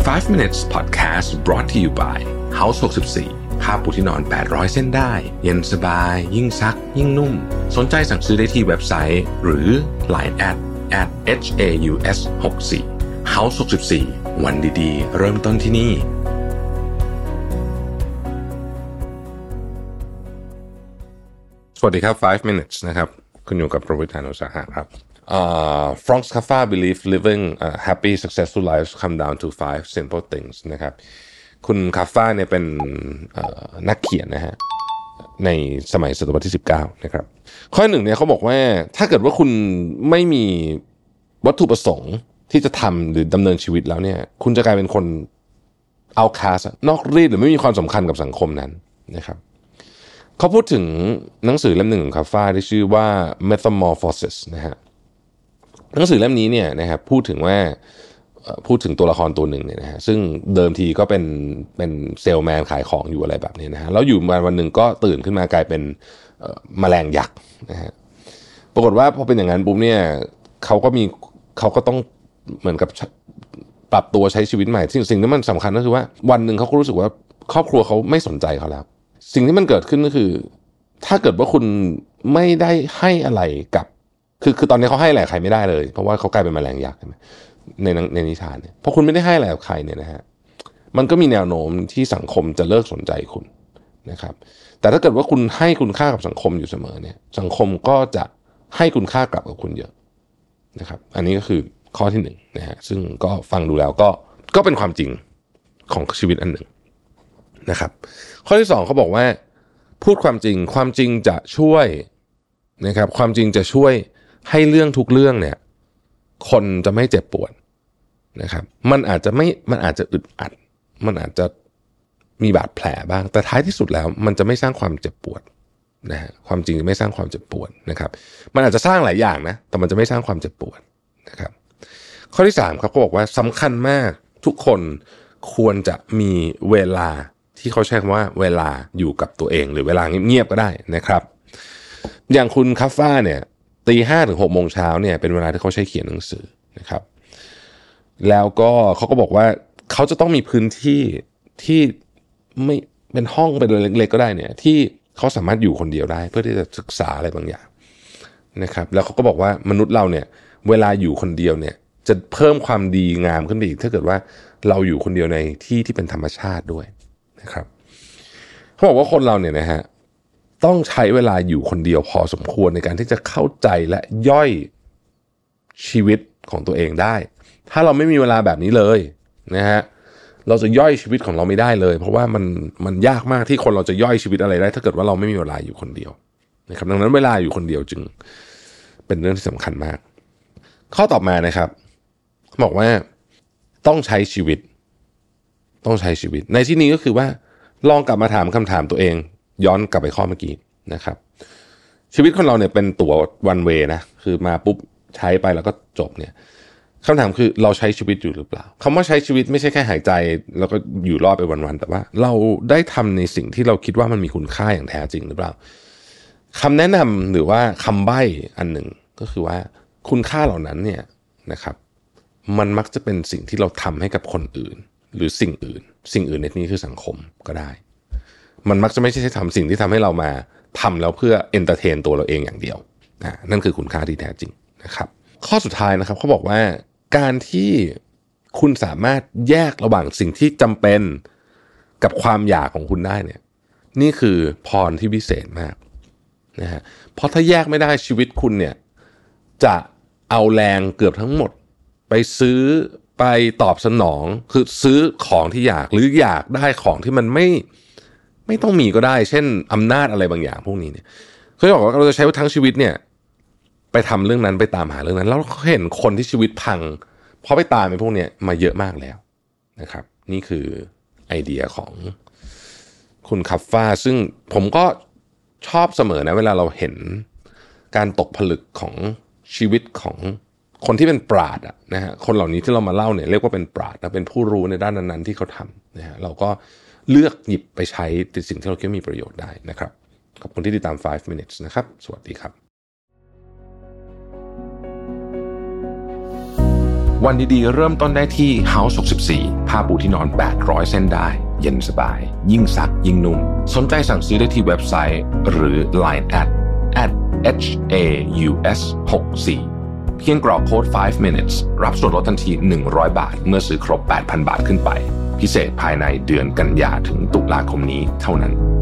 5 minutes podcast brought to you by House 64ผ้าปูที่นอน800เส้นได้เย็นสบายยิ่งซักยิ่งนุ่มสนใจสั่งซื้อได้ที่เว็บไซต์หรือ LINE @HAUS64 House 64วันดีๆเริ่มต้นที่นี่สวัสดีครับ5 minutes นะครับคุณอยู่กับประวิตร หาญอุตสาหะครับFranz Kafka believed living happy successful lives come down to 5 simple things นะครับคุณคาฟ่าเนี่ยเป็นนักเขียนนะฮะในสมัยศตวรรษที่19นะครับข้อหนึ่งเนี่ยเขาบอกว่าถ้าเกิดว่าคุณไม่มีวัตถุประสงค์ที่จะทำหรือดำเนินชีวิตแล้วเนี่ยคุณจะกลายเป็นคนoutcastนอกรีดหรือไม่มีความสำคัญกับสังคมนั้นนะครับเขาพูดถึงหนังสือเล่มหนึ่งของคาฟ่าที่ชื่อว่า Metamorphosis นะฮะหนังสือเล่มนี้เนี่ยนะครับพูดถึงตัวละครตัวหนึ่งเนี่ยนะฮะซึ่งเดิมทีก็เป็นเซลแมนขายของอยู่อะไรแบบนี้นะฮะแล้วอยู่มาวันหนึ่งก็ตื่นขึ้นมากลายเป็นแมลงยักษ์นะฮะปรากฏว่าพอเป็นอย่างนั้นปุ๊บเนี่ยเขาก็ต้องเหมือนกับปรับตัวใช้ชีวิตใหม่สิ่งที่มันสำคัญก็คือว่าวันหนึ่งเขาก็รู้สึกว่าครอบครัวเขาไม่สนใจเขาแล้วสิ่งที่มันเกิดขึ้นก็คือถ้าเกิดว่าคุณไม่ได้ให้อะไรกับคือตอนนี้เขาให้อะไรใครไม่ได้เลยเพราะว่าเขากลายเป็นแมลงยักษ์ใช่ไหมในนิทานเนี่ยพอคุณไม่ได้ให้อะไรกับใครเนี่ยนะฮะมันก็มีแนวโน้มที่สังคมจะเลิกสนใจคุณนะครับแต่ถ้าเกิดว่าคุณให้คุณค่ากับสังคมอยู่เสมอเนี่ยสังคมก็จะให้คุณค่ากลับกับคุณเยอะนะครับอันนี้ก็คือข้อที่หนึ่งนะฮะซึ่งก็ฟังดูแล้วก็เป็นความจริงของชีวิตอันหนึ่งนะครับข้อที่สองเขาบอกว่าพูดความจริงจะช่วยนะครับความจริงจะช่วยให้เรื่องทุกเรื่องเนี่ยคนจะไม่เจ็บปวดนะครับมันอาจจะอึดอัดมันอาจจะมีบาดแผลบ้างแต่ท้ายที่สุดแล้วมันจะไม่สร้างความเจ็บปวดนะฮะความจริงจะไม่สร้างความเจ็บปวดนะครับมันอาจจะสร้างหลายอย่างนะแต่มันจะไม่สร้างความเจ็บปวดนะครับข้อที่3ครับเขาบอกว่าสำคัญมากทุกคนควรจะมีเวลาที่เขาใช้คำว่าเวลาอยู่กับตัวเองหรือเวลาเงียบๆก็ได้นะครับอย่างคุณคัฟฟ่าเนี่ย 5:00 ถึง 6:00 นเนี่ยเป็นเวลาที่เขาใช้เขียนหนังสือนะครับแล้วก็เขาก็บอกว่าเขาจะต้องมีพื้นที่ที่ไม่เป็นห้องเป็นเล็กๆก็ได้เนี่ยที่เขาสามารถอยู่คนเดียวได้เพื่อที่จะศึกษาอะไรบางอย่างนะครับแล้วเขาก็บอกว่ามนุษย์เราเนี่ยเวลาอยู่คนเดียวเนี่ยจะเพิ่มความดีงามขึ้นไปอีกถ้าเกิดว่าเราอยู่คนเดียวในที่ที่เป็นธรรมชาติด้วยนะครับเขาบอกว่าคนเราเนี่ยนะฮะต้องใช้เวลาอยู่คนเดียวพอสมควรในการที่จะเข้าใจและย่อยชีวิตของตัวเองได้ถ้าเราไม่มีเวลาแบบนี้เลยนะฮะเราจะย่อยชีวิตของเราไม่ได้เลยเพราะว่ามันยากมากที่คนเราจะย่อยชีวิตอะไรได้ถ้าเกิดว่าเราไม่มีเวลาอยู่คนเดียวนะครับดังนั้นเวลาอยู่คนเดียวจึงเป็นเรื่องที่สำคัญมากข้อต่อมานะครับบอกว่าต้องใช้ชีวิตในที่นี้ก็คือว่าลองกลับมาถามคำถามตัวเองย้อนกลับไปข้อเมื่อกี้นะครับชีวิตของเราเนี่ยเป็นตั๋ว one way นะคือมาปุ๊บใช้ไปแล้วก็จบเนี่ยคำถามคือเราใช้ชีวิตอยู่หรือเปล่าคำว่าใช้ชีวิตไม่ใช่แค่หายใจแล้วก็อยู่รอดไปวันๆแต่ว่าเราได้ทำในสิ่งที่เราคิดว่ามันมีคุณค่าอย่างแท้จริงหรือเปล่าคำแนะนำหรือว่าคำใบ้อันหนึ่งก็คือว่าคุณค่าเหล่านั้นเนี่ยนะครับมันมักจะเป็นสิ่งที่เราทำให้กับคนอื่นหรือสิ่งอื่นในที่นี้คือสังคมก็ได้มันมักจะไม่ใช่ทำสิ่งที่ทำให้เรามาทำแล้วเพื่อเอนเตอร์เทนตัวเราเองอย่างเดียวนั่นคือคุณค่าที่แท้จริงนะครับข้อสุดท้ายนะครับเขาบอกว่าการที่คุณสามารถแยกระหว่างสิ่งที่จำเป็นกับความอยากของคุณได้เนี่ยนี่คือพรที่วิเศษมากนะฮะเพราะถ้าแยกไม่ได้ชีวิตคุณเนี่ยจะเอาแรงเกือบทั้งหมดไปซื้อไปตอบสนองคือซื้อของที่อยากหรืออยากได้ของที่มันไม่ต้องมีก็ได้เช่นอำนาจอะไรบางอย่างพวกนี้เนี่ยเขาบอกว่าเราจะใช้ทั้งชีวิตเนี่ยไปทำเรื่องนั้นไปตามหาเรื่องนั้นแล้วเขาเห็นคนที่ชีวิตพังเพราะไปตามไปพวกนี้มาเยอะมากแล้วนะครับนี่คือไอเดียของคุณคัฟฟ่าซึ่งผมก็ชอบเสมอนะเวลาเราเห็นการตกผลึกของชีวิตของคนที่เป็นปราชญ์นะฮะคนเหล่านี้ที่เรามาเล่าเนี่ยเรียกว่าเป็นปราชญ์นะเป็นผู้รู้ในด้านนั้นๆที่เขาทำนะฮะเราก็เลือกหยิบไปใช้ในสิ่งที่เราคิดว่ามีประโยชน์ได้นะครับขอบคุณที่ติดตาม5 minutes นะครับสวัสดีครับวันดีๆเริ่มต้นได้ที่ House 64 ผ้าปูที่นอน800เส้นได้เย็นสบายยิ่งซักยิ่งนุ่มสนใจสั่งซื้อได้ที่เว็บไซต์หรือ Line @HAUS64 เพียงกรอกโค้ด5 minutes รับส่วนลดทันที100 บาทเมื่อซื้อครบ 8,000 บาทขึ้นไปพิเศษภายในเดือนกันยาถึงตุลาคมนี้เท่านั้น